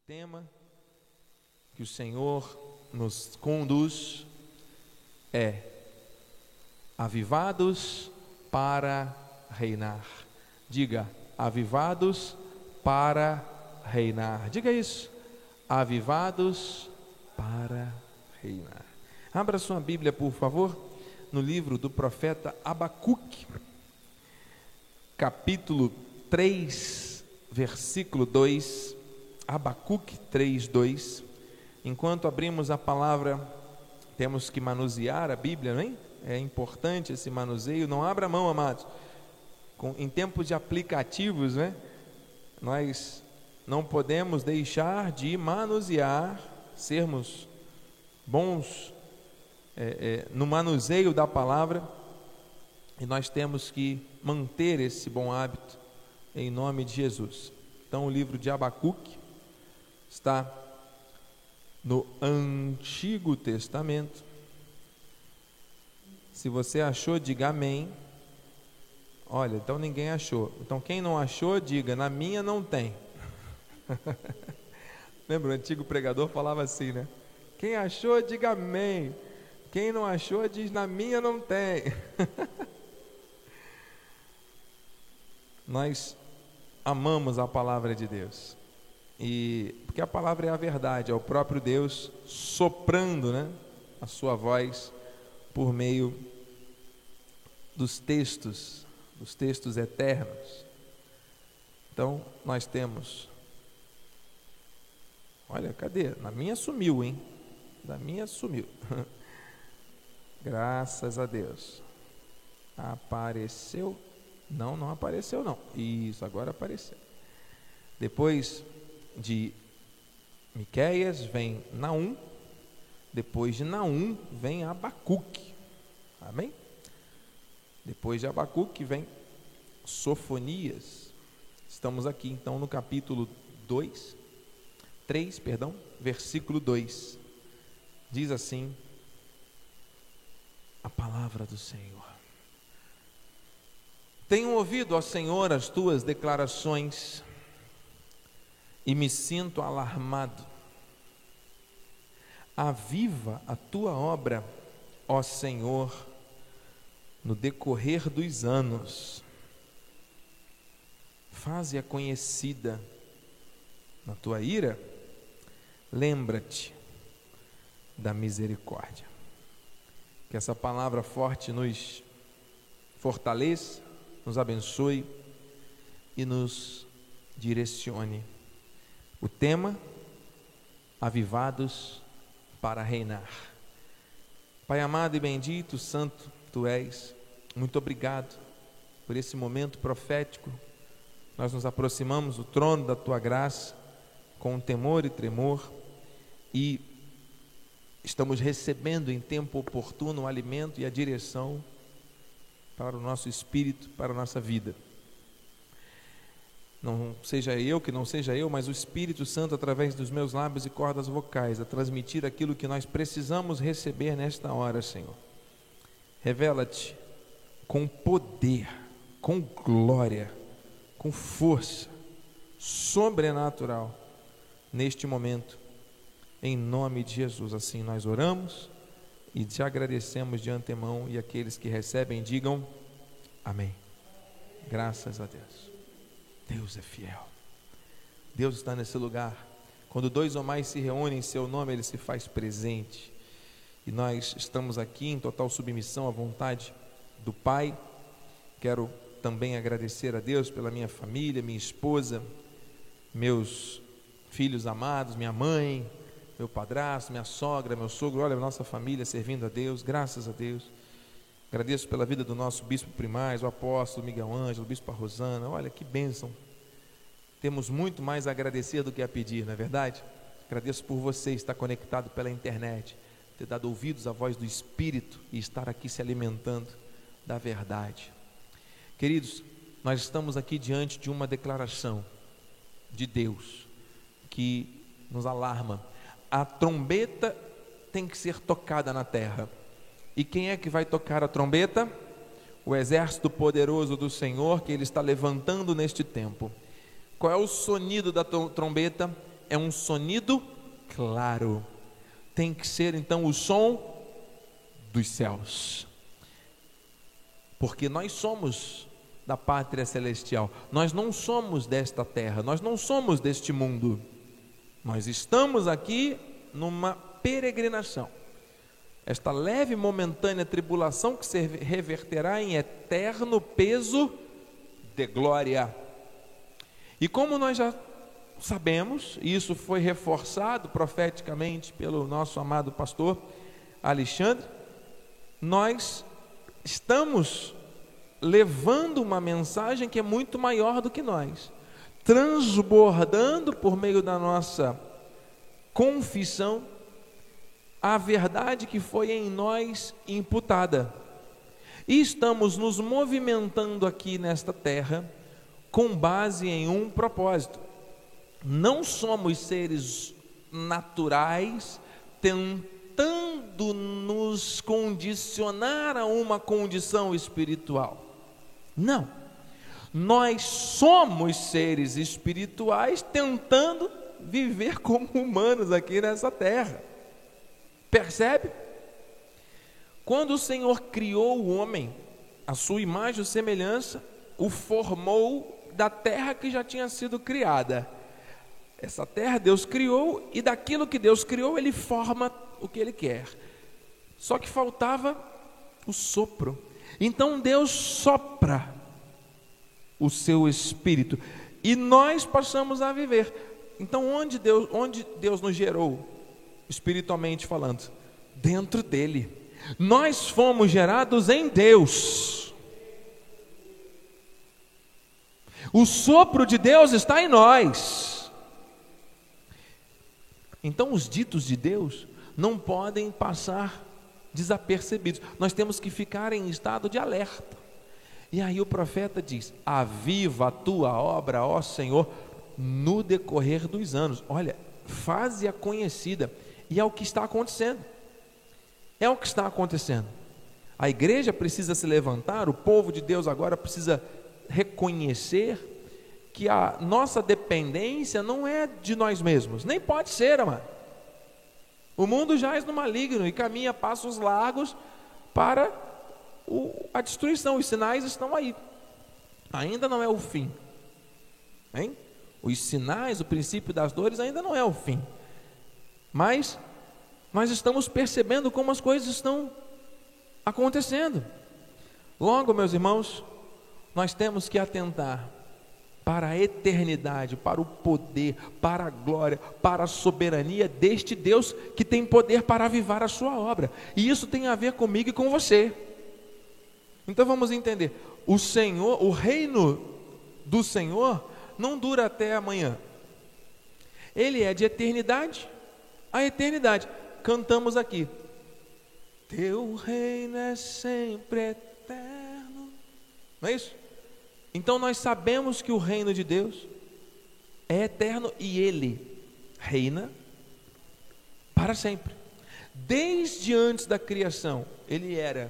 tema que o Senhor nos conduz é avivados para reinar. Diga, avivados para reinar. Diga isso, avivados para reinar. Abra sua Bíblia, por favor, no livro do profeta Abacuque, capítulo 3, versículo 2, Abacuque 3, 2. Enquanto abrimos a palavra, temos que manusear a Bíblia, não é? É importante esse manuseio, não abra mão, amados. Em tempos de aplicativos, né? Nós não podemos deixar de manusear, sermos bons no manuseio da palavra, e nós temos que manter esse bom hábito em nome de Jesus. Então o livro de Abacuque está no Antigo Testamento. Se você achou, diga amém. Olha, então ninguém achou. Então quem não achou, diga, na minha não tem. Lembra, o antigo pregador falava assim, né? Quem achou, diga amém. Quem não achou, diz, na minha não tem. Nós amamos a palavra de Deus, porque a palavra é a verdade, é o próprio Deus soprando, né, a sua voz por meio dos textos eternos. Então nós temos, olha, cadê? Na minha sumiu, hein? Na minha sumiu. Graças a Deus. Apareceu? Não apareceu não. Isso, agora apareceu. Depois de Miqueias vem Naum. Depois de Naum vem Abacuque. Amém? Depois de Abacuque vem Sofonias. Estamos aqui então no capítulo 3, versículo 2. Diz assim a palavra do Senhor: Tenho ouvido, ó Senhor, as tuas declarações e me sinto alarmado. Aviva a tua obra, ó Senhor, no decorrer dos anos. Faze-a conhecida na tua ira. Lembra-te da misericórdia. Que essa palavra forte nos fortaleça, nos abençoe e nos direcione. O tema: avivados para reinar. Pai amado e bendito, santo tu és, muito obrigado por esse momento profético. Nós nos aproximamos do trono da tua graça com temor e tremor, e estamos recebendo em tempo oportuno o alimento e a direção para o nosso espírito, para a nossa vida. Não seja eu, mas o Espírito Santo, através dos meus lábios e cordas vocais, a transmitir aquilo que nós precisamos receber nesta hora, Senhor. Revela-te com poder, com glória, com força sobrenatural neste momento, em nome de Jesus. Assim nós oramos e te agradecemos de antemão, e aqueles que recebem digam amém. Graças a Deus. Deus é fiel. Deus está nesse lugar. Quando dois ou mais se reúnem em seu nome, Ele se faz presente. E nós estamos aqui em total submissão à vontade do Pai. Quero também agradecer a Deus pela minha família, minha esposa, meus filhos amados, minha mãe, meu padrasto, minha sogra, meu sogro. Olha a nossa família servindo a Deus, graças a Deus. Agradeço pela vida do nosso bispo primaz, o apóstolo Miguel Ângelo, o bispo Rosana. Olha que bênção. Temos muito mais a agradecer do que a pedir, não é verdade? Agradeço por você estar conectado pela internet, ter dado ouvidos à voz do Espírito e estar aqui se alimentando da verdade. Queridos, nós estamos aqui diante de uma declaração de Deus que nos alarma. A trombeta tem que ser tocada na terra. E quem é que vai tocar a trombeta? O exército poderoso do Senhor, que Ele está levantando neste tempo. Qual é o sonido da trombeta? é um sonido claro. Tem que ser então o som dos céus. Porque nós somos da pátria celestial. Nós não somos desta terra, nós não somos deste mundo. Nós estamos aqui numa peregrinação. Esta leve e momentânea tribulação que se reverterá em eterno peso de glória. E como nós já sabemos, e isso foi reforçado profeticamente pelo nosso amado pastor Alexandre, nós estamos levando uma mensagem que é muito maior do que nós, transbordando por meio da nossa confissão a verdade que foi em nós imputada. E estamos nos movimentando aqui nesta terra com base em um propósito. Não somos seres naturais tentando nos condicionar a uma condição espiritual. Não. Nós somos seres espirituais tentando viver como humanos aqui nessa terra. Percebe? Quando o Senhor criou o homem, a sua imagem e semelhança, o formou da terra que já tinha sido criada. Essa terra Deus criou, e daquilo que Deus criou Ele forma o que Ele quer. Só que faltava o sopro. Então Deus sopra o seu espírito e nós passamos a viver. Então onde Deus nos gerou, espiritualmente falando? Dentro dele. Nós fomos gerados em Deus. O sopro de Deus está em nós. Então os ditos de Deus não podem passar desapercebidos. Nós temos que ficar em estado de alerta. E aí o profeta diz: aviva a tua obra, ó Senhor, no decorrer dos anos. Olha, faze-a conhecida. E é o que está acontecendo. É o que está acontecendo. A igreja precisa se levantar, o povo de Deus agora precisa reconhecer que a nossa dependência não é de nós mesmos, nem pode ser, amado. O mundo jaz no maligno e caminha passos largos para a destruição. Os sinais estão aí. Ainda não é o fim, hein? Os sinais, o princípio das dores ainda não é o fim. Mas nós estamos percebendo como as coisas estão acontecendo. Logo, meus irmãos, nós temos que atentar para a eternidade, para o poder, para a glória, para a soberania deste Deus que tem poder para avivar a sua obra. E isso tem a ver comigo e com você. Então vamos entender. O Senhor, o reino do Senhor não dura até amanhã. Ele é de eternidade a eternidade. Cantamos aqui: teu reino é sempre eterno. Não é isso? Então nós sabemos que o reino de Deus é eterno e Ele reina para sempre. Desde antes da criação, Ele era,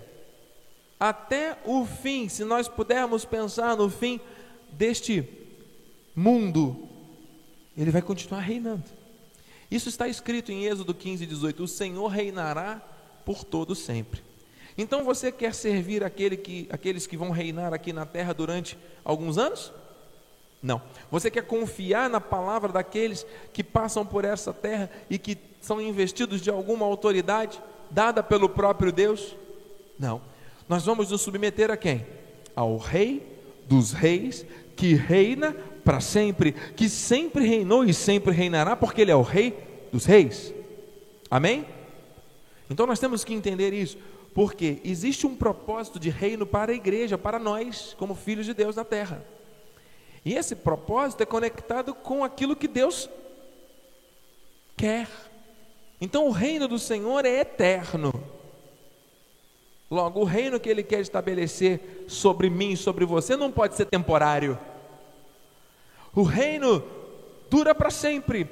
até o fim. Se nós pudermos pensar no fim deste mundo, Ele vai continuar reinando. Isso está escrito em Êxodo 15:18: o Senhor reinará por todo sempre. Então você quer servir aqueles que vão reinar aqui na terra durante alguns anos? Não. Você quer confiar na palavra daqueles que passam por essa terra e que são investidos de alguma autoridade dada pelo próprio Deus? Não. Nós vamos nos submeter a quem? Ao Rei dos Reis, que reina para sempre, que sempre reinou e sempre reinará, porque Ele é o Rei dos Reis. Amém? Então nós temos que entender isso. Porque existe um propósito de reino para a igreja, para nós, como filhos de Deus na terra. E esse propósito é conectado com aquilo que Deus quer. Então o reino do Senhor é eterno. Logo, o reino que Ele quer estabelecer sobre mim e sobre você não pode ser temporário. O reino dura para sempre.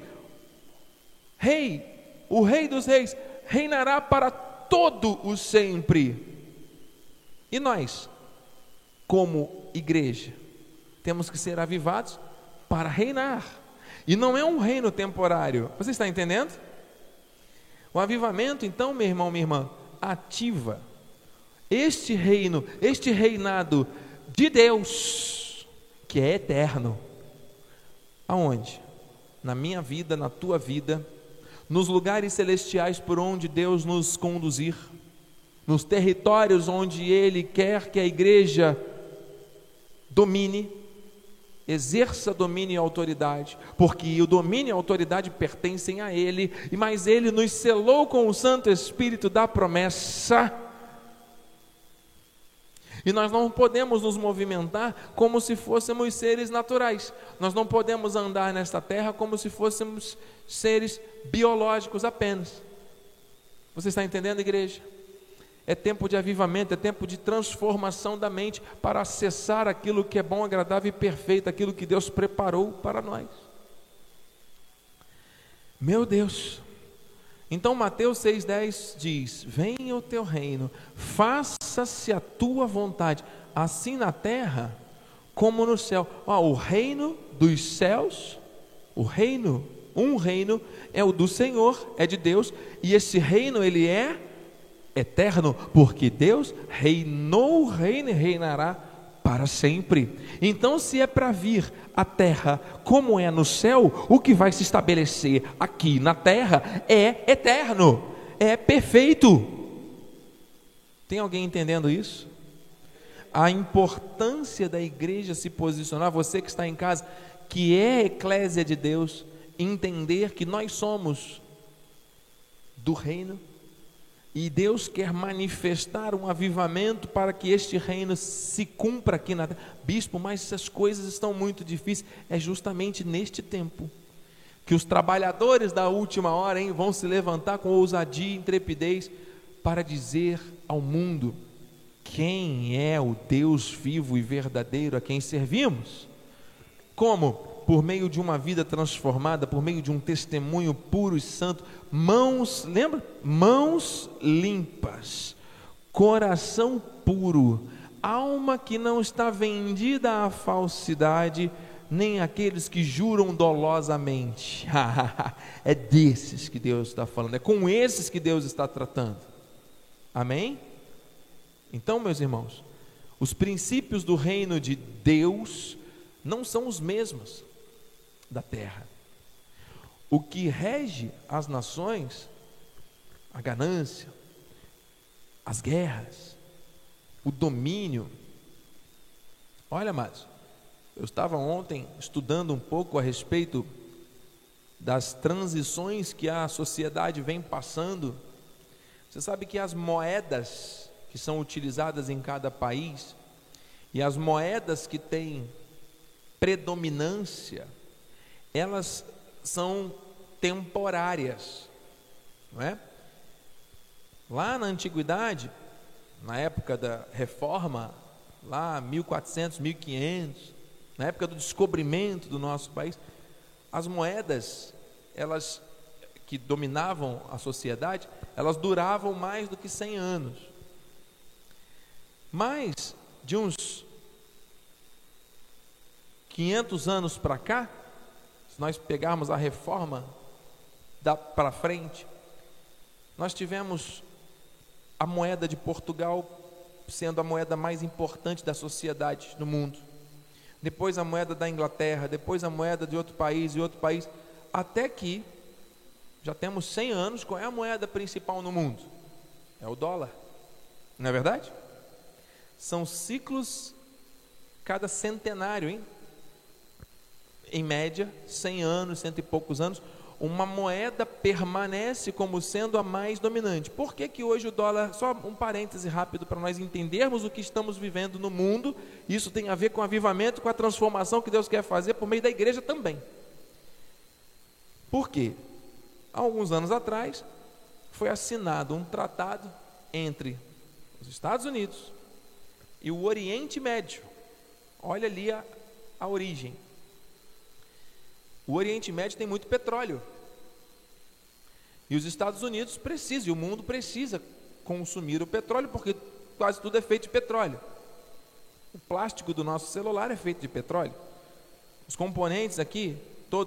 O Rei dos Reis reinará para todo o sempre. E nós, como igreja, temos que ser avivados para reinar. E não é um reino temporário. Você está entendendo? O avivamento, então, meu irmão, minha irmã, ativa este reino, este reinado de Deus, que é eterno. Aonde? Na minha vida, na tua vida, nos lugares celestiais por onde Deus nos conduzir, nos territórios onde Ele quer que a igreja domine, exerça domínio e autoridade, porque o domínio e a autoridade pertencem a Ele, mas Ele nos selou com o Santo Espírito da promessa, e nós não podemos nos movimentar como se fôssemos seres naturais, nós não podemos andar nesta terra como se fôssemos seres biológicos apenas. Você está entendendo, igreja? É tempo de avivamento, é tempo de transformação da mente para acessar aquilo que é bom, agradável e perfeito, aquilo que Deus preparou para nós. Meu Deus! Então Mateus 6,10 diz: venha o teu reino, faça-se a tua vontade, assim na terra como no céu. O reino dos céus, um reino é o do Senhor, é de Deus, e esse reino ele é eterno, porque Deus reinou, reina e reinará para sempre. Então, se é para vir a terra como é no céu, o que vai se estabelecer aqui na terra é eterno, é perfeito. Tem alguém entendendo isso? A importância da igreja se posicionar, você que está em casa, que é eclésia de Deus, entender que nós somos do reino, e Deus quer manifestar um avivamento para que este reino se cumpra aqui na terra. Bispo, mas essas coisas estão muito difíceis. É justamente neste tempo que os trabalhadores da última hora vão se levantar com ousadia e intrepidez para dizer ao mundo quem é o Deus vivo e verdadeiro a quem servimos. Como? Por meio de uma vida transformada, por meio de um testemunho puro e santo, lembra? Mãos limpas, coração puro, alma que não está vendida à falsidade, nem aqueles que juram dolosamente. É desses que Deus está falando, é com esses que Deus está tratando. Amém? Então, meus irmãos, os princípios do reino de Deus não são os mesmos da terra. O que rege as nações, a ganância, as guerras, o domínio. Olha, amados, eu estava ontem estudando um pouco a respeito das transições que a sociedade vem passando. Você sabe que as moedas que são utilizadas em cada país e as moedas que têm predominância, elas são temporárias, não é? Lá na antiguidade, na época da reforma, lá 1400, 1500, na época do descobrimento do nosso país, as moedas, elas que dominavam a sociedade, elas duravam mais do que 100 anos. Mas de uns 500 anos para cá, se nós pegarmos a reforma para frente, nós tivemos a moeda de Portugal sendo a moeda mais importante da sociedade no mundo, depois a moeda da Inglaterra, depois a moeda de outro país, até que já temos 100 anos, qual é a moeda principal no mundo? É o dólar, não é verdade? São ciclos cada centenário, hein? Em média, 100 anos, cento e poucos anos, uma moeda permanece como sendo a mais dominante. Por que que hoje o dólar, só um parêntese rápido para nós entendermos o que estamos vivendo no mundo, isso tem a ver com o avivamento, com a transformação que Deus quer fazer por meio da igreja também. Por quê? Há alguns anos atrás, foi assinado um tratado entre os Estados Unidos e o Oriente Médio. Olha ali a origem. O Oriente Médio tem muito petróleo, e os Estados Unidos precisam, e o mundo precisa consumir o petróleo, porque quase tudo é feito de petróleo. O plástico do nosso celular é feito de petróleo. Os componentes aqui, todos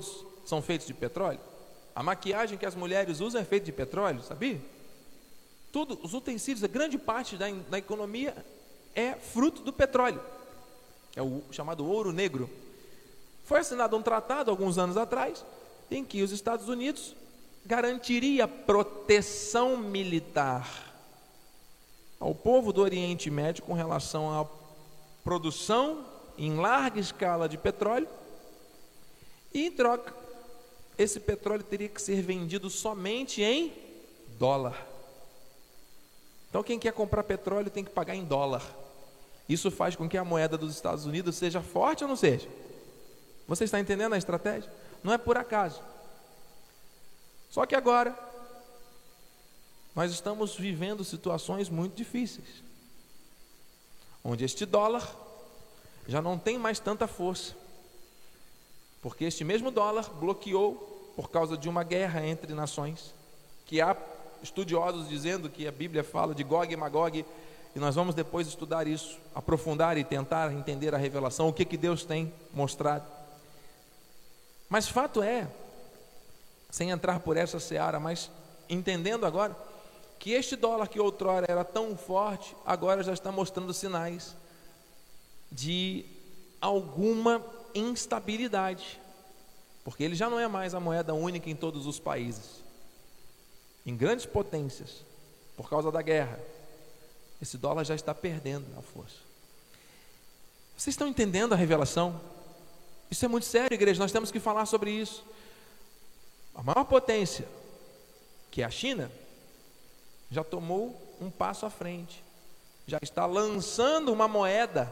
são feitos de petróleo. A maquiagem que as mulheres usam é feita de petróleo, sabia? Tudo, os utensílios, a grande parte da economia é fruto do petróleo. É o chamado ouro negro. Foi assinado um tratado alguns anos atrás, em que os Estados Unidos garantiria proteção militar ao povo do Oriente Médio com relação à produção em larga escala de petróleo, e em troca, esse petróleo teria que ser vendido somente em dólar. Então quem quer comprar petróleo tem que pagar em dólar. Isso faz com que a moeda dos Estados Unidos seja forte ou não seja? Você está entendendo a estratégia? Não é por acaso. Só que agora nós estamos vivendo situações muito difíceis, onde este dólar já não tem mais tanta força, porque este mesmo dólar bloqueou, por causa de uma guerra entre nações, que há estudiosos dizendo que a Bíblia fala de Gog e Magog, e nós vamos depois estudar isso, aprofundar e tentar entender a revelação, o que Deus tem mostrado. Mas fato é, sem entrar por essa seara, mas entendendo agora, que este dólar que outrora era tão forte, agora já está mostrando sinais de alguma instabilidade, porque ele já não é mais a moeda única em todos os países. Em grandes potências, por causa da guerra, esse dólar já está perdendo a força. Vocês estão entendendo a revelação? Isso é muito sério, igreja, nós temos que falar sobre isso. A maior potência, que é a China, já tomou um passo à frente, já está lançando uma moeda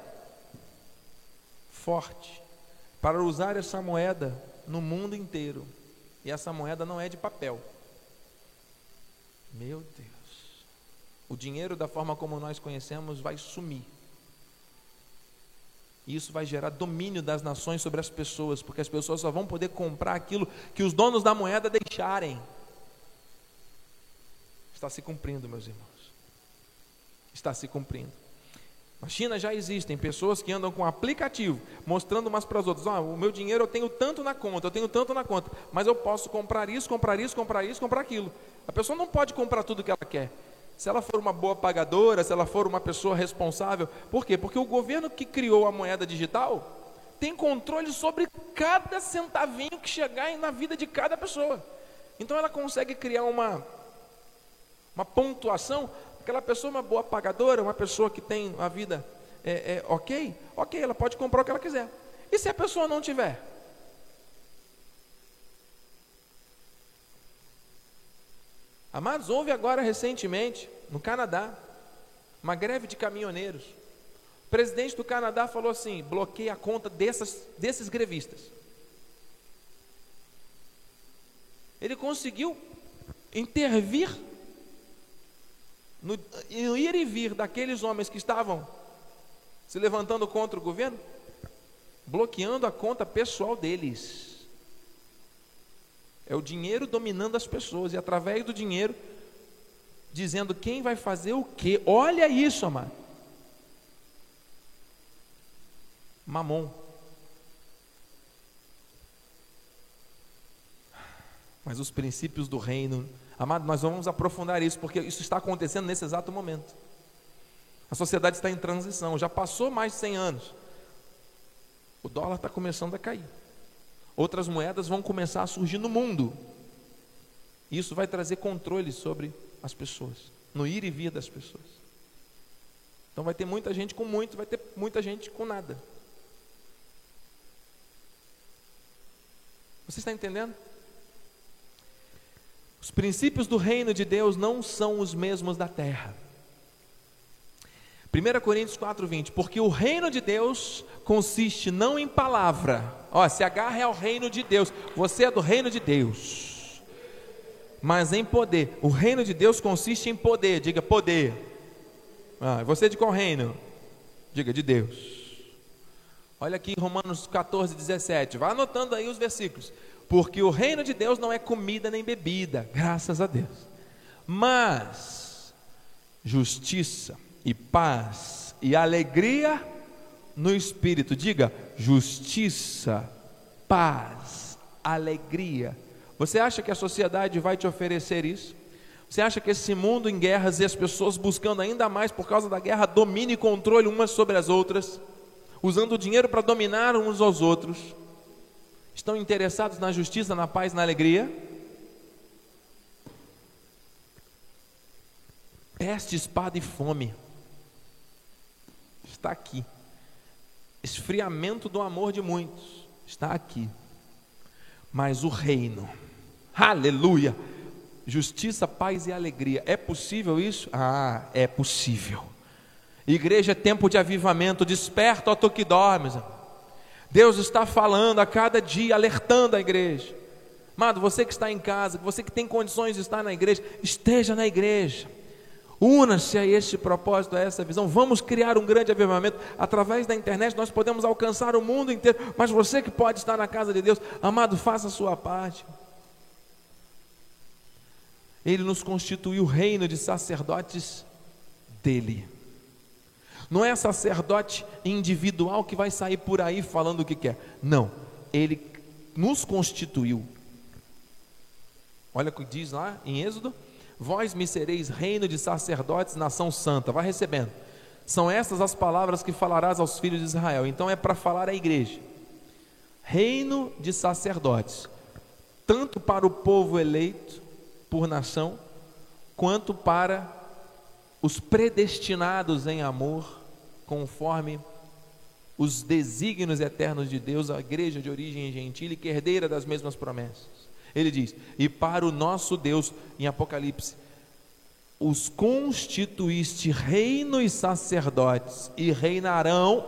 forte, para usar essa moeda no mundo inteiro, e essa moeda não é de papel. Meu Deus, o dinheiro da forma como nós conhecemos vai sumir, e isso vai gerar domínio das nações sobre as pessoas, porque as pessoas só vão poder comprar aquilo que os donos da moeda deixarem. Está se cumprindo, meus irmãos, está se cumprindo. Na China já existem pessoas que andam com aplicativo, mostrando umas para as outras: o meu dinheiro eu tenho tanto na conta, mas eu posso comprar isso, comprar aquilo. A pessoa não pode comprar tudo que ela quer. Se ela for uma boa pagadora, se ela for uma pessoa responsável. Por quê? Porque o governo que criou a moeda digital tem controle sobre cada centavinho que chegar na vida de cada pessoa. Então ela consegue criar uma pontuação. Aquela pessoa, uma boa pagadora, uma pessoa que tem a vida ok, ela pode comprar o que ela quiser. E se a pessoa não tiver? Amados, houve agora recentemente, no Canadá, uma greve de caminhoneiros. O presidente do Canadá falou assim: bloqueia a conta desses grevistas. Ele conseguiu intervir no ir e vir daqueles homens que estavam se levantando contra o governo, bloqueando a conta pessoal deles. É o dinheiro dominando as pessoas, e através do dinheiro dizendo quem vai fazer o quê. Olha isso, amado. Mamon. Mas os princípios do reino, amado, nós vamos aprofundar isso, porque isso está acontecendo nesse exato momento. A sociedade está em transição, já passou mais de 100 anos. O dólar está começando a cair. Outras moedas vão começar a surgir no mundo. Isso vai trazer controle sobre as pessoas, no ir e vir das pessoas. Então vai ter muita gente com muito, vai ter muita gente com nada. Você está entendendo? Os princípios do reino de Deus não são os mesmos da terra. 1 Coríntios 4:20, porque o reino de Deus consiste não em palavra, se agarre ao reino de Deus, você é do reino de Deus, mas em poder. O reino de Deus consiste em poder, diga poder. Você é de qual reino? Diga de Deus. Olha aqui Romanos 14:17, vai anotando aí os versículos. Porque o reino de Deus não é comida nem bebida, graças a Deus, mas justiça e paz e alegria no Espírito. Diga justiça, paz, alegria. Você acha que a sociedade vai te oferecer isso? Você acha que esse mundo em guerras e as pessoas buscando ainda mais por causa da guerra domínio e controle umas sobre as outras, usando o dinheiro para dominar uns aos outros, estão interessados na justiça, na paz, na alegria? Peste, espada e fome está aqui. Esfriamento do amor de muitos está aqui. Mas o reino, aleluia, justiça, paz e alegria, é possível isso? Ah, é possível. Igreja é tempo de avivamento. Desperta, ó tu que dormes. Deus está falando a cada dia, alertando a igreja. Amado, você que está em casa, você que tem condições de estar na igreja, esteja na igreja. Una-se a este propósito, a essa visão. Vamos criar um grande avivamento. Através da internet nós podemos alcançar o mundo inteiro. Mas você que pode estar na casa de Deus, amado, faça a sua parte. Ele nos constituiu o reino de sacerdotes dele. Não é sacerdote individual que vai sair por aí falando o que quer. Não, ele nos constituiu. Olha o que diz lá em Êxodo: vós me sereis reino de sacerdotes, nação santa. Vai recebendo. São essas as palavras que falarás aos filhos de Israel. Então é para falar à igreja. Reino de sacerdotes, tanto para o povo eleito por nação, quanto para os predestinados em amor, conforme os desígnios eternos de Deus, a igreja de origem gentílica, que herdeira das mesmas promessas. Ele diz: e para o nosso Deus, em Apocalipse, os constituíste reino e sacerdotes, e reinarão,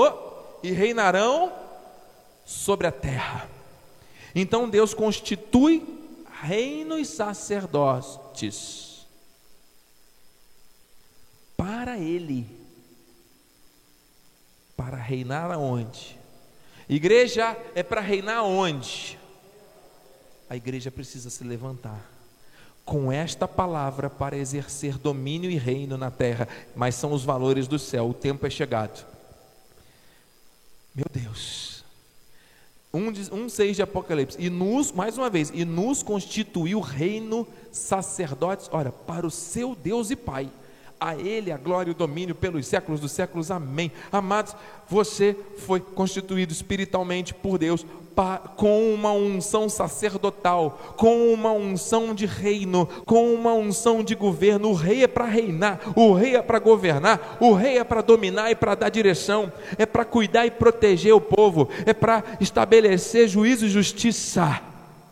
sobre a terra. Então Deus constitui reino e sacerdotes para Ele, para reinar aonde? Igreja é para reinar onde? A igreja precisa se levantar com esta palavra para exercer domínio e reino na terra. Mas são os valores do céu. O tempo é chegado. Meu Deus. 1:6 de Apocalipse. Mais uma vez, e nos constituiu reino, sacerdotes, ora, para o seu Deus e Pai. A Ele a glória e o domínio pelos séculos dos séculos, amém. Amados, você foi constituído espiritualmente por Deus com uma unção sacerdotal, com uma unção de reino, com uma unção de governo. O rei é para reinar, o rei é para governar, o rei é para dominar e para dar direção, é para cuidar e proteger o povo, é para estabelecer juízo e justiça.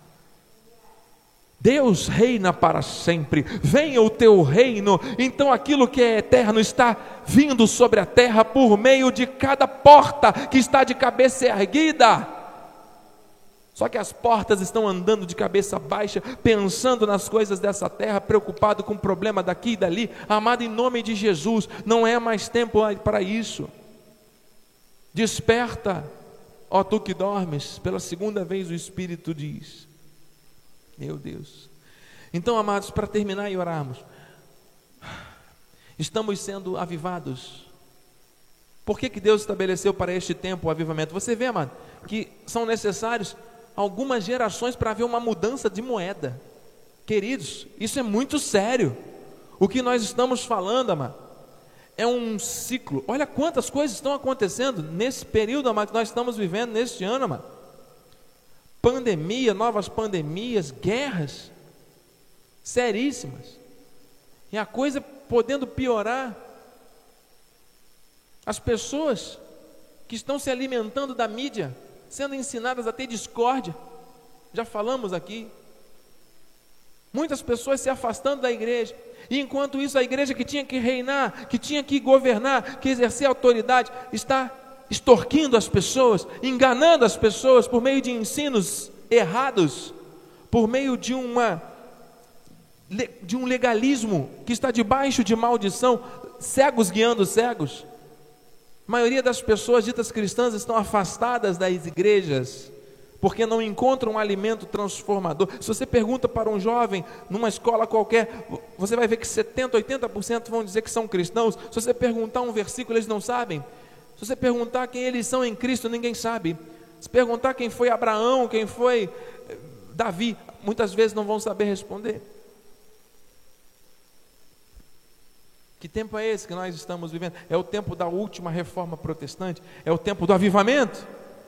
Deus reina para sempre, venha o teu reino. Então aquilo que é eterno está vindo sobre a terra por meio de cada porta que está de cabeça erguida. Só que as portas estão andando de cabeça baixa, pensando nas coisas dessa terra, preocupado com o problema daqui e dali. Amado, em nome de Jesus, não é mais tempo para isso. Desperta, ó tu que dormes. Pela segunda vez o Espírito diz. Meu Deus. Então, amados, para terminar e orarmos, estamos sendo avivados. Por que Deus estabeleceu para este tempo o avivamento? Você vê, amado, que são necessários algumas gerações para haver uma mudança de moeda. Queridos, isso é muito sério. O que nós estamos falando, amado, é um ciclo. Olha quantas coisas estão acontecendo nesse período, amado, que nós estamos vivendo neste ano, amado. Pandemia, novas pandemias, guerras seríssimas, e a coisa podendo piorar. As pessoas que estão se alimentando da mídia, sendo ensinadas a ter discórdia, já falamos aqui. Muitas pessoas se afastando da igreja, e enquanto isso a igreja que tinha que reinar, que tinha que governar, que exercer autoridade, está extorquindo as pessoas, enganando as pessoas por meio de ensinos errados, por meio de um legalismo que está debaixo de maldição, cegos guiando cegos. A maioria das pessoas ditas cristãs estão afastadas das igrejas, porque não encontram um alimento transformador. Se você pergunta para um jovem, numa escola qualquer, você vai ver que 70%, 80% vão dizer que são cristãos. Se você perguntar um versículo, eles não sabem. Se você perguntar quem eles são em Cristo, ninguém sabe. Se perguntar quem foi Abraão, quem foi Davi, muitas vezes não vão saber responder. Que tempo é esse que nós estamos vivendo? É o tempo da última reforma protestante? É o tempo do avivamento?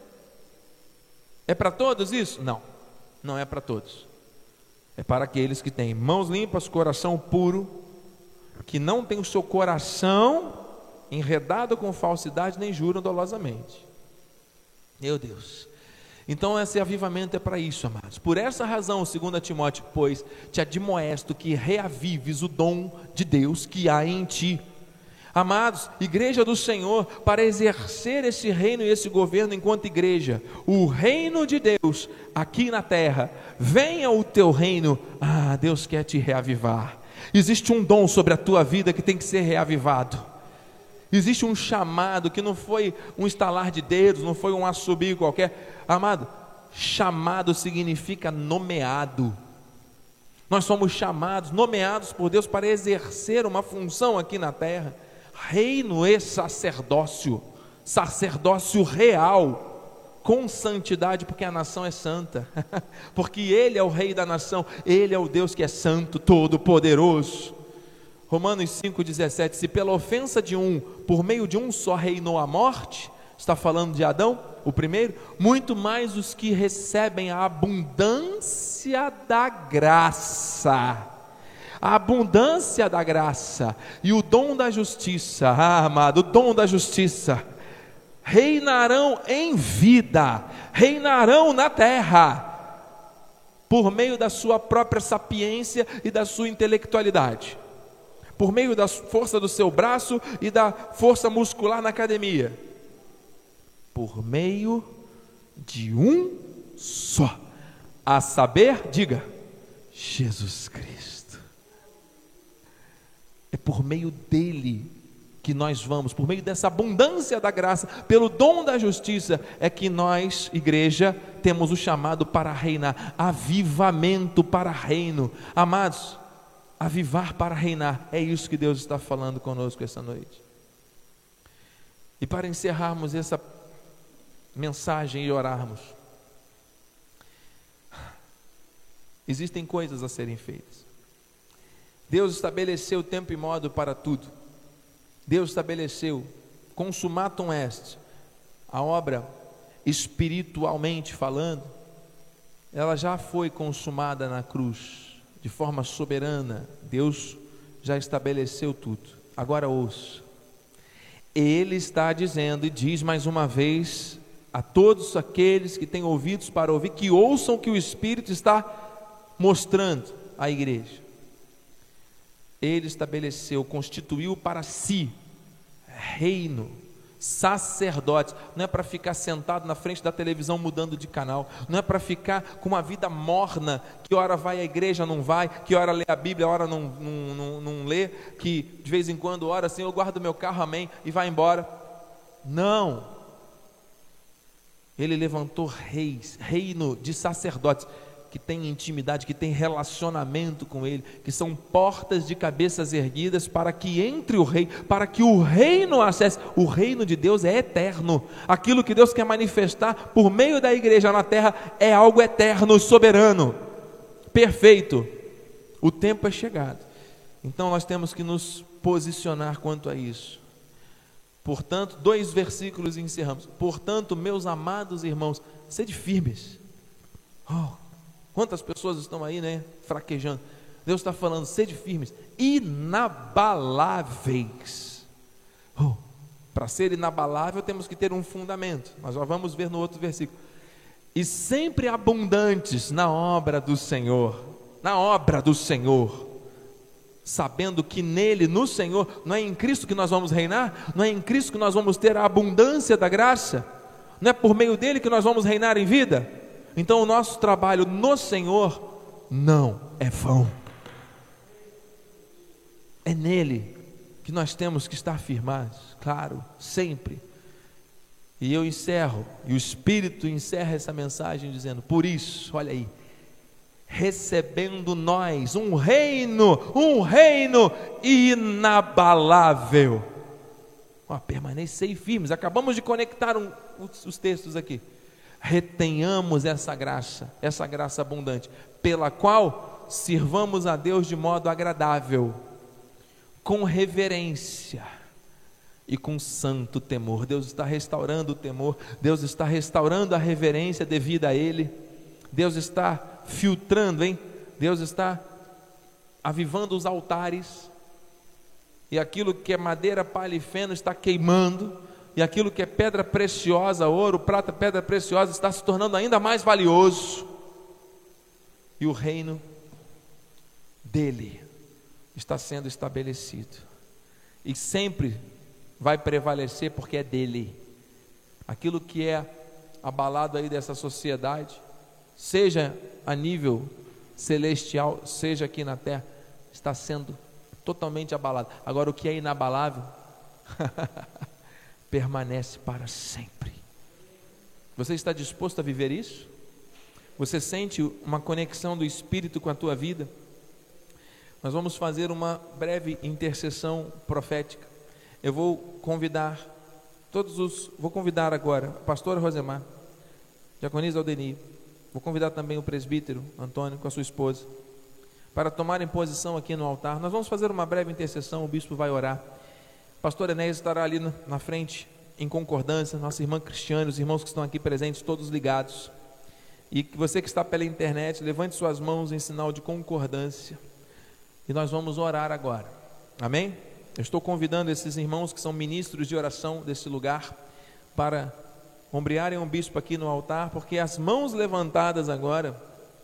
É para todos isso? Não, não é para todos. É para aqueles que têm mãos limpas, coração puro, que não tem o seu coração enredado com falsidade, nem juram dolosamente. Meu Deus. Então esse avivamento é para isso, amados. Por essa razão, 2 Timóteo, pois, te admoesto que reavives o dom de Deus que há em ti. Amados, igreja do Senhor, para exercer esse reino e esse governo enquanto igreja, o reino de Deus aqui na terra, venha o teu reino. Deus quer te reavivar. Existe um dom sobre a tua vida que tem que ser reavivado. Existe um chamado que não foi um estalar de dedos, não foi um assobio qualquer. Amado, chamado significa nomeado. Nós somos chamados, nomeados por Deus para exercer uma função aqui na terra. Reino e sacerdócio, sacerdócio real, com santidade, porque a nação é santa, porque Ele é o Rei da nação, Ele é o Deus que é santo, todo-poderoso. Romanos 5,17, se pela ofensa de um, por meio de um só reinou a morte, está falando de Adão, o primeiro, muito mais os que recebem a abundância da graça, e o dom da justiça, amado, o dom da justiça, reinarão em vida, reinarão na terra, por meio da sua própria sapiência e da sua intelectualidade, por meio da força do seu braço e da força muscular na academia, por meio de um só, a saber, diga, Jesus Cristo. É por meio dele que nós vamos, por meio dessa abundância da graça, pelo dom da justiça, é que nós, igreja, temos o chamado para reinar, avivamento para reino. Amados, avivar para reinar, é isso que Deus está falando conosco essa noite. E para encerrarmos essa mensagem e orarmos, existem coisas a serem feitas. Deus estabeleceu tempo e modo para tudo. Deus estabeleceu, consumatum est, a obra espiritualmente falando, ela já foi consumada na cruz, de forma soberana. Deus já estabeleceu tudo. Agora ouça, Ele está dizendo, e diz mais uma vez, a todos aqueles que têm ouvidos para ouvir, que ouçam o que o Espírito está mostrando à igreja. Ele estabeleceu, constituiu para si reino, sacerdotes. Não é para ficar sentado na frente da televisão mudando de canal, não é para ficar com uma vida morna, que hora vai à igreja, não vai, que hora lê a Bíblia, hora não lê, que de vez em quando ora assim, eu guardo meu carro, amém, e vai embora. Não, Ele levantou reis, reino de sacerdotes, que tem intimidade, que tem relacionamento com Ele, que são portas de cabeças erguidas para que entre o rei, para que o reino acesse. O reino de Deus é eterno. Aquilo que Deus quer manifestar por meio da igreja na terra é algo eterno, soberano, perfeito. O tempo é chegado. Então nós temos que nos posicionar quanto a isso. Portanto, 2 versículos e encerramos. Portanto, meus amados irmãos, sede firmes. Quantas pessoas estão aí, fraquejando. Deus está falando, sede firmes, inabaláveis. Para ser inabalável temos que ter um fundamento. Nós já vamos ver no outro versículo. E sempre abundantes na obra do Senhor. Na obra do Senhor. Sabendo que nele, no Senhor, não é em Cristo que nós vamos reinar? Não é em Cristo que nós vamos ter a abundância da graça? Não é por meio dele que nós vamos reinar em vida? Então o nosso trabalho no Senhor não é vão. É nele que nós temos que estar firmados, claro, sempre. E eu encerro, e o Espírito encerra essa mensagem dizendo, por isso, olha aí, recebendo nós um reino inabalável. Permanecei firmes. Acabamos de conectar os textos aqui. retenhamos essa graça abundante, pela qual sirvamos a Deus de modo agradável, com reverência e com santo temor. Deus está restaurando o temor, Deus está restaurando a reverência devida a Ele, Deus está filtrando, Deus está avivando os altares, e aquilo que é madeira, palha e feno está queimando, e aquilo que é pedra preciosa, ouro, prata, pedra preciosa, está se tornando ainda mais valioso, e o reino dele está sendo estabelecido, e sempre vai prevalecer, porque é dele. Aquilo que é abalado aí dessa sociedade, seja a nível celestial, seja aqui na terra, está sendo totalmente abalado. Agora, o que é inabalável permanece para sempre. Você está disposto a viver isso? Você sente uma conexão do Espírito com a tua vida? Nós vamos fazer uma breve intercessão profética. Eu vou convidar agora a pastora Rosemar, diaconisa Aldeni, vou convidar também o presbítero Antônio com a sua esposa, para tomarem posição aqui no altar. Nós vamos fazer uma breve intercessão, o bispo vai orar. O pastor Enéas estará ali na frente, em concordância, nossa irmã Cristiane, os irmãos que estão aqui presentes, todos ligados. E você que está pela internet, levante suas mãos em sinal de concordância. E nós vamos orar agora. Amém? Eu estou convidando esses irmãos que são ministros de oração desse lugar para ombrearem um bispo aqui no altar, porque as mãos levantadas agora,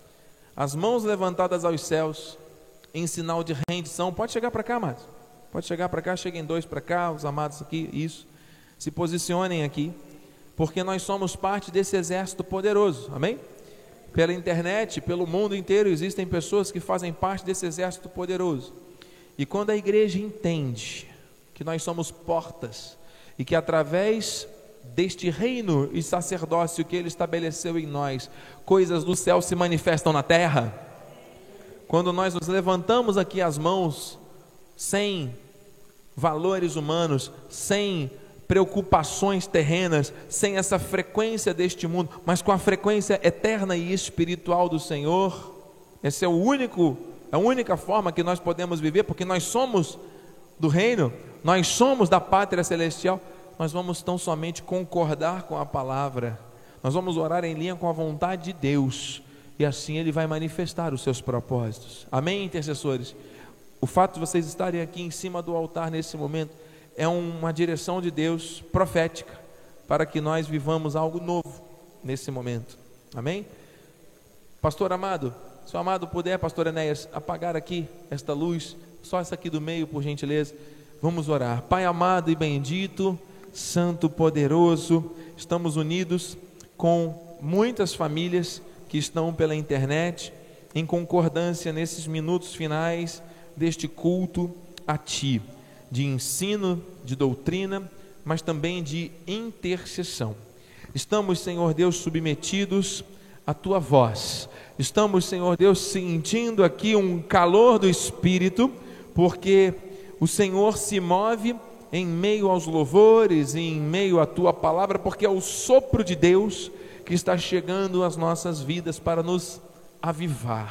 as mãos levantadas aos céus, em sinal de rendição. Pode chegar para cá, amados. Pode chegar para cá, cheguem dois para cá, os amados aqui, isso. Se posicionem aqui, porque nós somos parte desse exército poderoso, amém? Pela internet, pelo mundo inteiro, existem pessoas que fazem parte desse exército poderoso. E quando a igreja entende que nós somos portas, e que através deste reino e sacerdócio que Ele estabeleceu em nós, coisas do céu se manifestam na terra, quando nós nos levantamos aqui as mãos, sem valores humanos, sem preocupações terrenas, sem essa frequência deste mundo, mas com a frequência eterna e espiritual do Senhor, esse é a única forma que nós podemos viver, porque nós somos do reino, nós somos da pátria celestial. Nós vamos tão somente concordar com a palavra, nós vamos orar em linha com a vontade de Deus, e assim Ele vai manifestar os seus propósitos. Amém, intercessores? O fato de vocês estarem aqui em cima do altar nesse momento é uma direção de Deus profética, para que nós vivamos algo novo nesse momento. Amém? Pastor amado, se o amado puder, pastor Enéas, apagar aqui esta luz, só essa aqui do meio, por gentileza. Vamos orar. Pai amado e bendito, santo, poderoso, estamos unidos com muitas famílias que estão pela internet, em concordância nesses minutos finais deste culto a Ti, de ensino, de doutrina, mas também de intercessão. Estamos, Senhor Deus, submetidos à Tua voz. Estamos, Senhor Deus, sentindo aqui um calor do Espírito, porque o Senhor se move em meio aos louvores, e em meio à Tua palavra, porque é o sopro de Deus que está chegando às nossas vidas para nos avivar.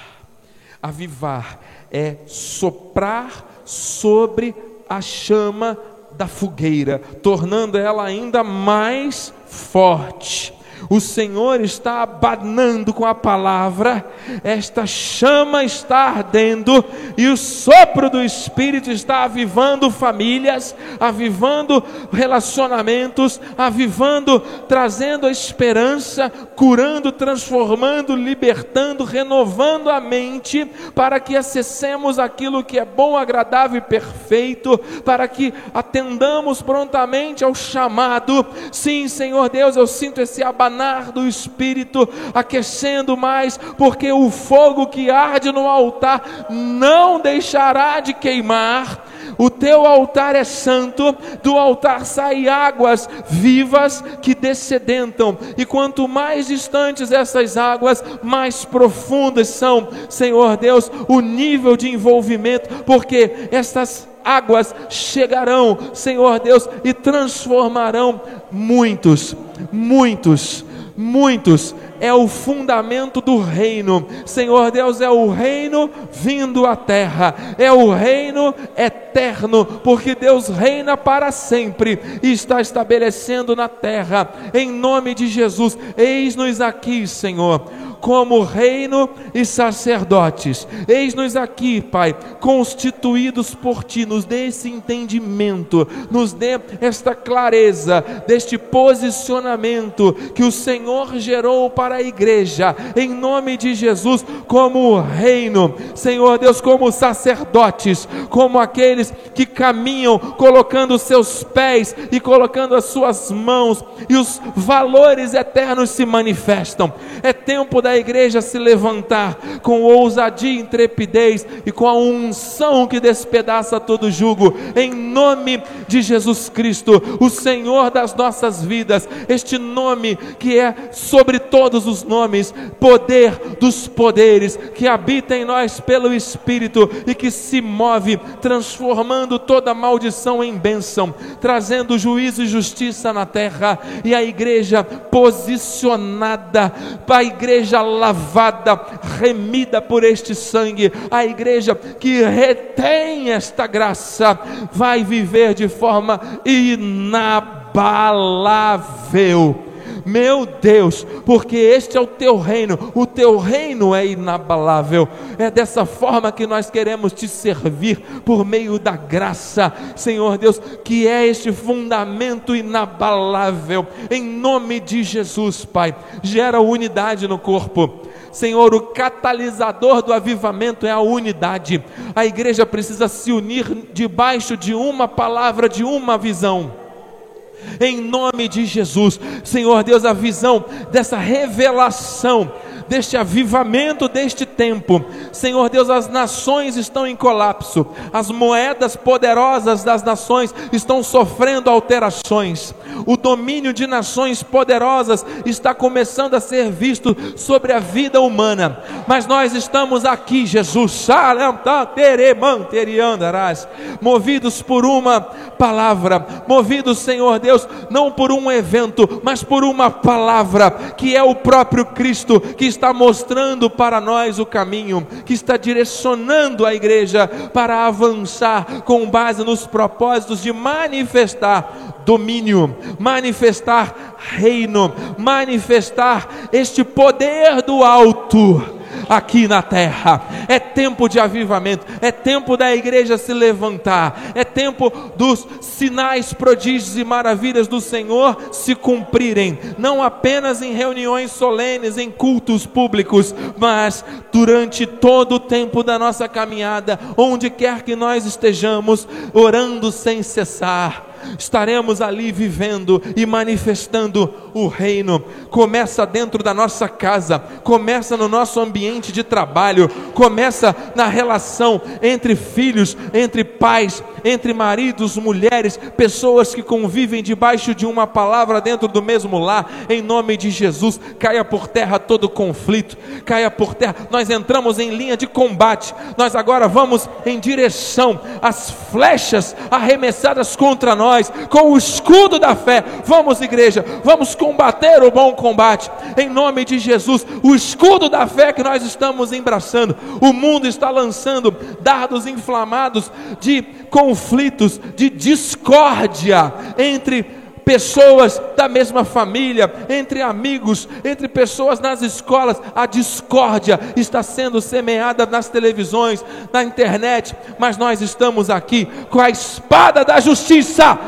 Avivar é soprar sobre a chama da fogueira, tornando ela ainda mais forte. O Senhor está abanando com a palavra, esta chama está ardendo, e o sopro do Espírito está avivando famílias, avivando relacionamentos, avivando, trazendo a esperança, curando, transformando, libertando, renovando a mente, para que acessemos aquilo que é bom, agradável e perfeito, para que atendamos prontamente ao chamado. Sim, Senhor Deus, eu sinto esse abanar do Espírito aquecendo mais, porque o fogo que arde no altar não deixará de queimar. O teu altar é santo, do altar saem águas vivas que descedentam, e quanto mais distantes essas águas, mais profundas são, Senhor Deus, o nível de envolvimento, porque essas águas chegarão, Senhor Deus, e transformarão muitos muitos, é o fundamento do reino. Senhor Deus, é o reino vindo à terra, é o reino eterno, porque Deus reina para sempre e está estabelecendo na terra. Em nome de Jesus, eis-nos aqui, Senhor, como reino e sacerdotes. Eis-nos aqui, Pai, constituídos por Ti. Nos dê esse entendimento, nos dê esta clareza deste posicionamento que o Senhor gerou para a igreja, em nome de Jesus, como reino, Senhor Deus, como sacerdotes, como aqueles que caminham colocando seus pés e colocando as suas mãos, e os valores eternos se manifestam. É tempo da igreja se levantar com ousadia e intrepidez e com a unção que despedaça todo jugo, em nome de Jesus Cristo, o Senhor das nossas vidas, este nome que é sobre todos os nomes, poder dos poderes, que habita em nós pelo Espírito e que se move, transformando toda maldição em bênção, trazendo juízo e justiça na terra, e a igreja posicionada, a igreja lavada, remida por este sangue, a igreja que retém esta graça, vai viver de forma inabalável. Meu Deus, porque este é o Teu reino é inabalável. É dessa forma que nós queremos Te servir, por meio da graça, Senhor Deus, que é este fundamento inabalável. Em nome de Jesus, Pai, gera unidade no corpo. Senhor, o catalisador do avivamento é a unidade. A igreja precisa se unir debaixo de uma palavra, de uma visão. Em nome de Jesus, Senhor Deus, a visão dessa revelação, deste avivamento deste tempo. Senhor Deus, as nações estão em colapso, as moedas poderosas das nações estão sofrendo alterações, o domínio de nações poderosas está começando a ser visto sobre a vida humana, mas nós estamos aqui, Jesus, movidos por uma palavra, movidos, Senhor Deus, não por um evento, mas por uma palavra, que é o próprio Cristo, que está mostrando para nós o caminho, que está direcionando a igreja para avançar com base nos propósitos de manifestar domínio, manifestar reino, manifestar este poder do alto aqui na terra. É tempo de avivamento, é tempo da igreja se levantar, é tempo dos sinais, prodígios e maravilhas do Senhor se cumprirem, não apenas em reuniões solenes, em cultos públicos, mas durante todo o tempo da nossa caminhada, onde quer que nós estejamos, orando sem cessar, estaremos ali vivendo e manifestando o reino. Começa dentro da nossa casa, começa no nosso ambiente de trabalho, começa na relação entre filhos, entre pais, entre maridos, mulheres, pessoas que convivem debaixo de uma palavra dentro do mesmo lar. Em nome de Jesus, caia por terra todo conflito, caia por terra. Nós entramos em linha de combate, nós agora vamos em direção às flechas arremessadas contra nós, com o escudo da fé. Vamos, igreja, vamos combater o bom combate, em nome de Jesus. O escudo da fé que nós estamos embraçando. O mundo está lançando dardos inflamados de conflitos, de discórdia entre pessoas da mesma família, entre amigos, entre pessoas nas escolas. A discórdia está sendo semeada nas televisões, na internet, mas nós estamos aqui com a espada da justiça,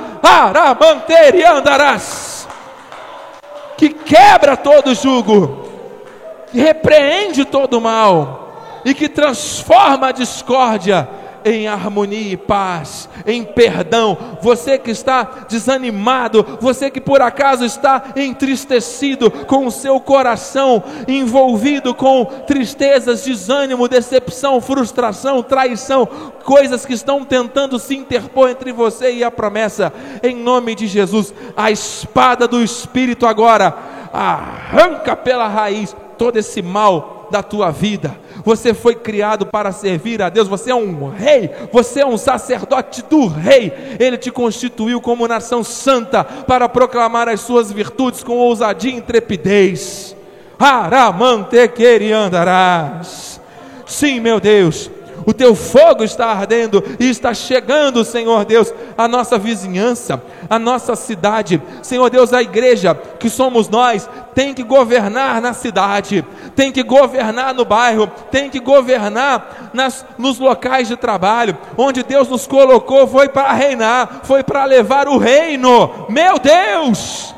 que quebra todo jugo, que repreende todo mal e que transforma a discórdia em harmonia e paz, em perdão. Você que está desanimado, você que por acaso está entristecido, com o seu coração envolvido com tristezas, desânimo, decepção, frustração, traição, coisas que estão tentando se interpor entre você e a promessa, em nome de Jesus, a espada do Espírito agora arranca pela raiz todo esse mal da tua vida. Você foi criado para servir a Deus. Você é um rei, você é um sacerdote do rei. Ele te constituiu como nação santa para proclamar as suas virtudes com ousadia e intrepidez. Aramantequeriandarás. Sim, meu Deus, o teu fogo está ardendo e está chegando, Senhor Deus, a nossa vizinhança, a nossa cidade. Senhor Deus, a igreja que somos nós tem que governar na cidade, tem que governar no bairro, tem que governar nos locais de trabalho. Onde Deus nos colocou foi para reinar, foi para levar o reino. Meu Deus,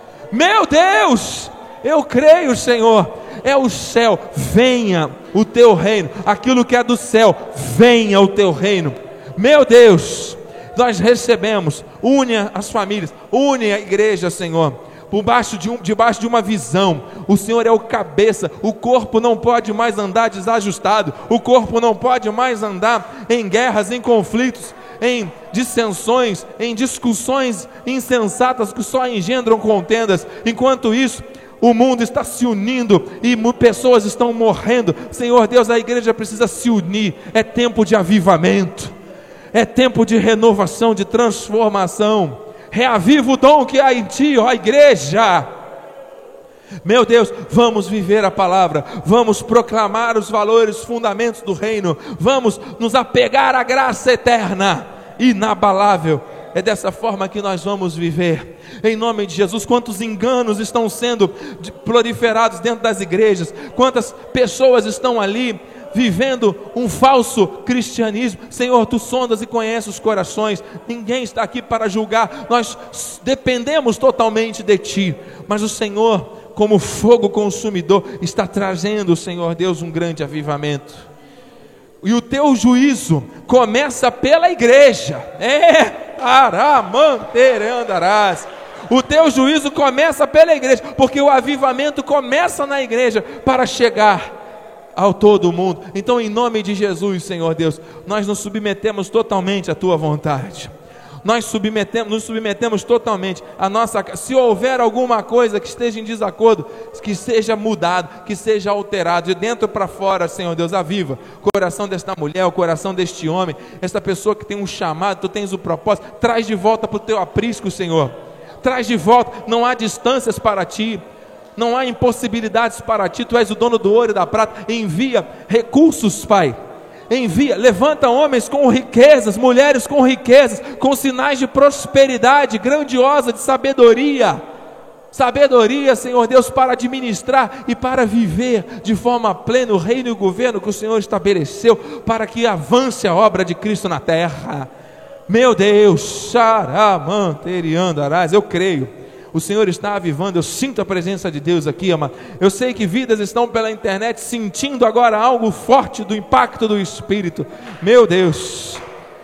eu creio, Senhor. É o céu, venha o teu reino, aquilo que é do céu, venha o teu reino. Meu Deus, nós recebemos, une as famílias, une a igreja, Senhor, debaixo de uma visão. O Senhor é o cabeça, o corpo não pode mais andar desajustado, o corpo não pode mais andar em guerras, em conflitos, em dissensões, em discussões insensatas que só engendram contendas. Enquanto isso, o mundo está se unindo e pessoas estão morrendo. Senhor Deus, a igreja precisa se unir. É tempo de avivamento, é tempo de renovação, de transformação. Reaviva o dom que há em ti, ó igreja. Meu Deus, vamos viver a palavra, vamos proclamar os valores, os fundamentos do reino, vamos nos apegar à graça eterna, inabalável. É dessa forma que nós vamos viver, em nome de Jesus. Quantos enganos estão sendo proliferados dentro das igrejas, quantas pessoas estão ali vivendo um falso cristianismo. Senhor, tu sondas e conheces os corações. Ninguém está aqui para julgar, nós dependemos totalmente de ti, mas o Senhor, como fogo consumidor, está trazendo, Senhor Deus, um grande avivamento. E o teu juízo começa pela igreja. Aramanterandarás. O teu juízo começa pela igreja, porque o avivamento começa na igreja para chegar ao todo mundo. Então, em nome de Jesus, Senhor Deus, nós nos submetemos totalmente à tua vontade. Nós nos submetemos totalmente a nossa. Se houver alguma coisa que esteja em desacordo, que seja mudado, que seja alterado, de dentro para fora, Senhor Deus, aviva o coração desta mulher, o coração deste homem, esta pessoa que tem um chamado, tu tens o propósito, traz de volta para o teu aprisco, Senhor, traz de volta. Não há distâncias para ti, não há impossibilidades para ti, tu és o dono do ouro e da prata. Envia recursos, Pai. Envia, levanta homens com riquezas, mulheres com riquezas, com sinais de prosperidade grandiosa, de sabedoria, Senhor Deus, para administrar e para viver de forma plena o reino e o governo que o Senhor estabeleceu, para que avance a obra de Cristo na terra. Meu Deus, eu creio. O Senhor está avivando, eu sinto a presença de Deus aqui, amado. Eu sei que vidas estão pela internet sentindo agora algo forte do impacto do Espírito. Meu Deus,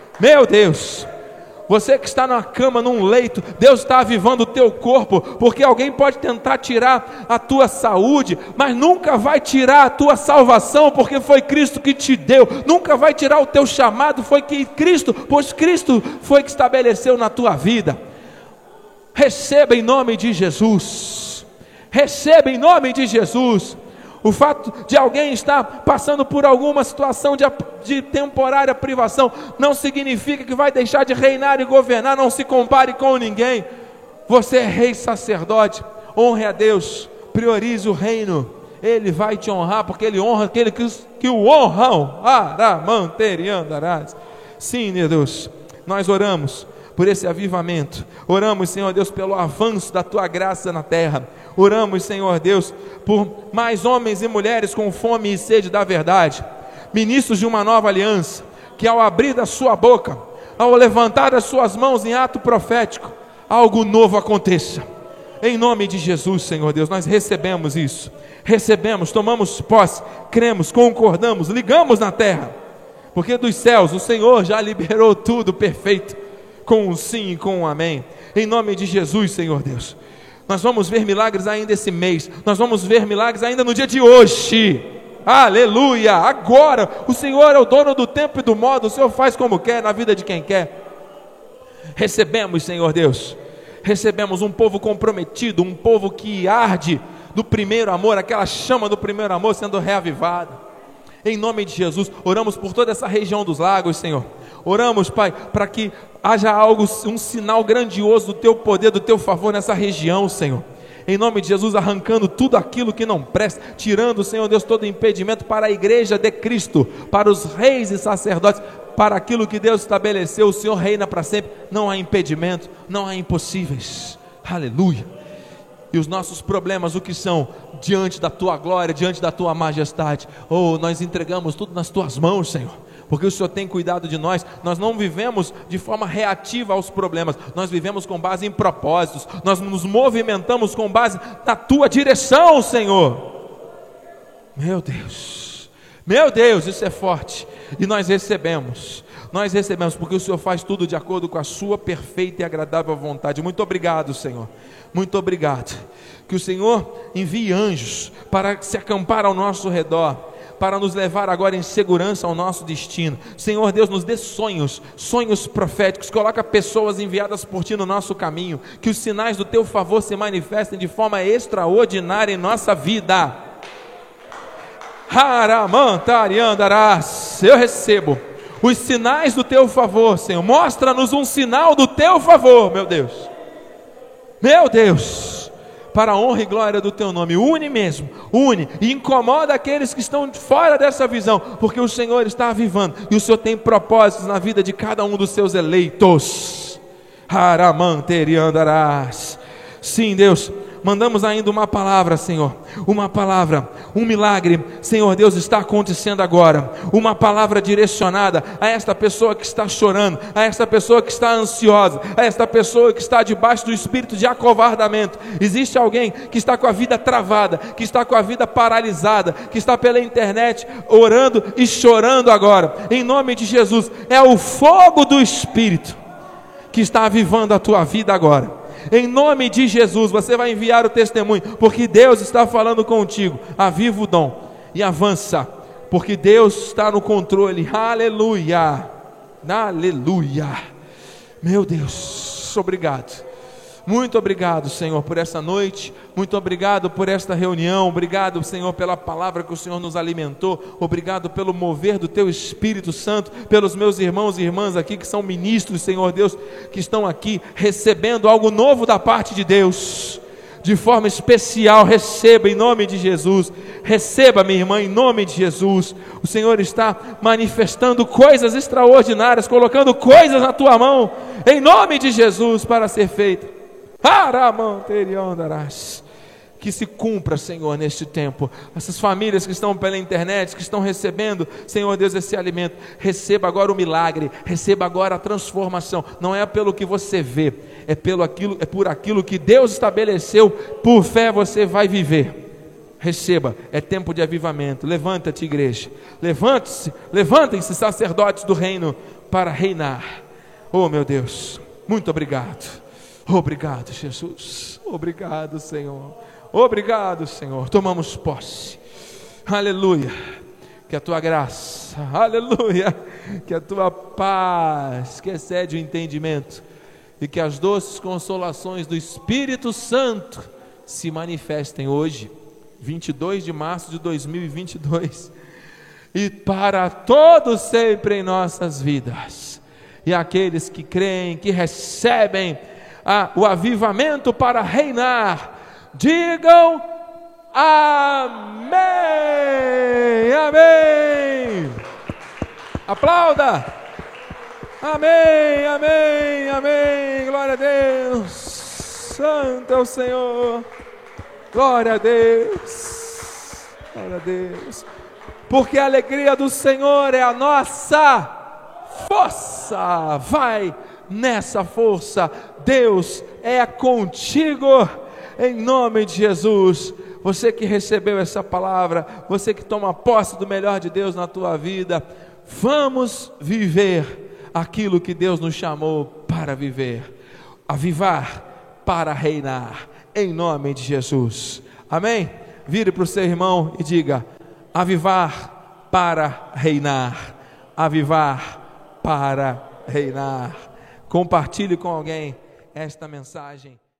você que está na cama, num leito, Deus está avivando o teu corpo, porque alguém pode tentar tirar a tua saúde, mas nunca vai tirar a tua salvação, porque foi Cristo que te deu. Nunca vai tirar o teu chamado, pois Cristo foi que estabeleceu na tua vida. Receba em nome de Jesus, receba em nome de Jesus. O fato de alguém estar passando por alguma situação de temporária privação, não significa que vai deixar de reinar e governar. Não se compare com ninguém. Você é rei sacerdote, honre a Deus, priorize o reino. Ele vai te honrar, porque Ele honra aquele que o honram. Sim, meu Deus, nós oramos por esse avivamento, oramos, Senhor Deus, pelo avanço da tua graça na terra. Oramos, Senhor Deus, por mais homens e mulheres com fome e sede da verdade, ministros de uma nova aliança, que ao abrir da sua boca, ao levantar as suas mãos em ato profético, algo novo aconteça. Em nome de Jesus, Senhor Deus, nós recebemos isso, tomamos posse, cremos, concordamos, ligamos na terra, porque dos céus o Senhor já liberou tudo perfeito, com um sim e com um amém. Em nome de Jesus, Senhor Deus, nós vamos ver milagres ainda esse mês, nós vamos ver milagres ainda no dia de hoje. Aleluia! Agora o Senhor é o dono do tempo e do modo, o Senhor faz como quer na vida de quem quer. Recebemos, Senhor Deus, recebemos um povo comprometido, um povo que arde do primeiro amor, aquela chama do primeiro amor sendo reavivada. Em nome de Jesus, oramos por toda essa região dos lagos, Senhor. Oramos, Pai, para que haja algo, um sinal grandioso do Teu poder, do Teu favor nessa região, Senhor. Em nome de Jesus, arrancando tudo aquilo que não presta, tirando, Senhor Deus, todo impedimento para a igreja de Cristo, para os reis e sacerdotes, para aquilo que Deus estabeleceu. O Senhor reina para sempre, não há impedimento, não há impossíveis. Aleluia. E os nossos problemas, o que são? Diante da Tua glória, diante da Tua majestade, nós entregamos tudo nas Tuas mãos, Senhor, porque o Senhor tem cuidado de nós. Nós não vivemos de forma reativa aos problemas, nós vivemos com base em propósitos, nós nos movimentamos com base na Tua direção, Senhor. Meu Deus, isso é forte, e nós recebemos, porque o Senhor faz tudo de acordo com a Sua perfeita e agradável vontade. Muito obrigado, Senhor, muito obrigado. Que o Senhor envie anjos para se acampar ao nosso redor, para nos levar agora em segurança ao nosso destino. Senhor Deus, nos dê sonhos proféticos, coloca pessoas enviadas por Ti no nosso caminho, que os sinais do Teu favor se manifestem de forma extraordinária em nossa vida. Eu recebo os sinais do Teu favor, Senhor. Mostra-nos um sinal do Teu favor, meu Deus, para a honra e glória do Teu nome. Une e incomoda aqueles que estão fora dessa visão, porque o Senhor está avivando, e o Senhor tem propósitos na vida de cada um dos Seus eleitos. Sim, Deus, mandamos ainda uma palavra, Senhor, um milagre, Senhor Deus, está acontecendo agora, uma palavra direcionada a esta pessoa que está chorando, a esta pessoa que está ansiosa, a esta pessoa que está debaixo do espírito de acovardamento. Existe alguém que está com a vida travada, que está com a vida paralisada, que está pela internet orando e chorando agora. Em nome de Jesus, é o fogo do Espírito que está avivando a tua vida agora. Em nome de Jesus, você vai enviar o testemunho, porque Deus está falando contigo. Aviva o dom e avança, porque Deus está no controle. Aleluia, aleluia. Meu Deus, obrigado. Muito obrigado, Senhor, por essa noite. Muito obrigado por esta reunião. Obrigado, Senhor, pela palavra que o Senhor nos alimentou. Obrigado pelo mover do Teu Espírito Santo, pelos meus irmãos e irmãs aqui que são ministros, Senhor Deus, que estão aqui recebendo algo novo da parte de Deus. De forma especial, receba em nome de Jesus. Receba, minha irmã, em nome de Jesus. O Senhor está manifestando coisas extraordinárias, colocando coisas na tua mão, em nome de Jesus, para ser feita. Que se cumpra, Senhor, neste tempo. Essas famílias que estão pela internet, que estão recebendo, Senhor Deus, esse alimento, receba agora o milagre, receba agora a transformação. Não é pelo que você vê, é por aquilo que Deus estabeleceu. Por fé você vai viver. Receba, é tempo de avivamento. Levanta-te, igreja, levantem-se sacerdotes do reino para reinar. Oh, meu Deus, muito obrigado. Obrigado, Jesus. Obrigado, Senhor. Obrigado, Senhor. Tomamos posse. Aleluia. Que a Tua graça, aleluia, que a Tua paz, que excede o entendimento, e que as doces consolações do Espírito Santo se manifestem hoje, 22 de março de 2022, e para todos sempre em nossas vidas. E aqueles que creem, que recebem o avivamento para reinar, digam amém, amém. Aplauda. Amém, amém, amém. Glória a Deus. Santo é o Senhor. Glória a Deus. Glória a Deus. Porque a alegria do Senhor é a nossa força. Vai nessa força. Deus é contigo, em nome de Jesus. Você que recebeu essa palavra, você que toma posse do melhor de Deus na tua vida, vamos viver aquilo que Deus nos chamou para viver, avivar para reinar, em nome de Jesus, amém? Vire para o seu irmão e diga: avivar para reinar, avivar para reinar. Compartilhe com alguém esta mensagem.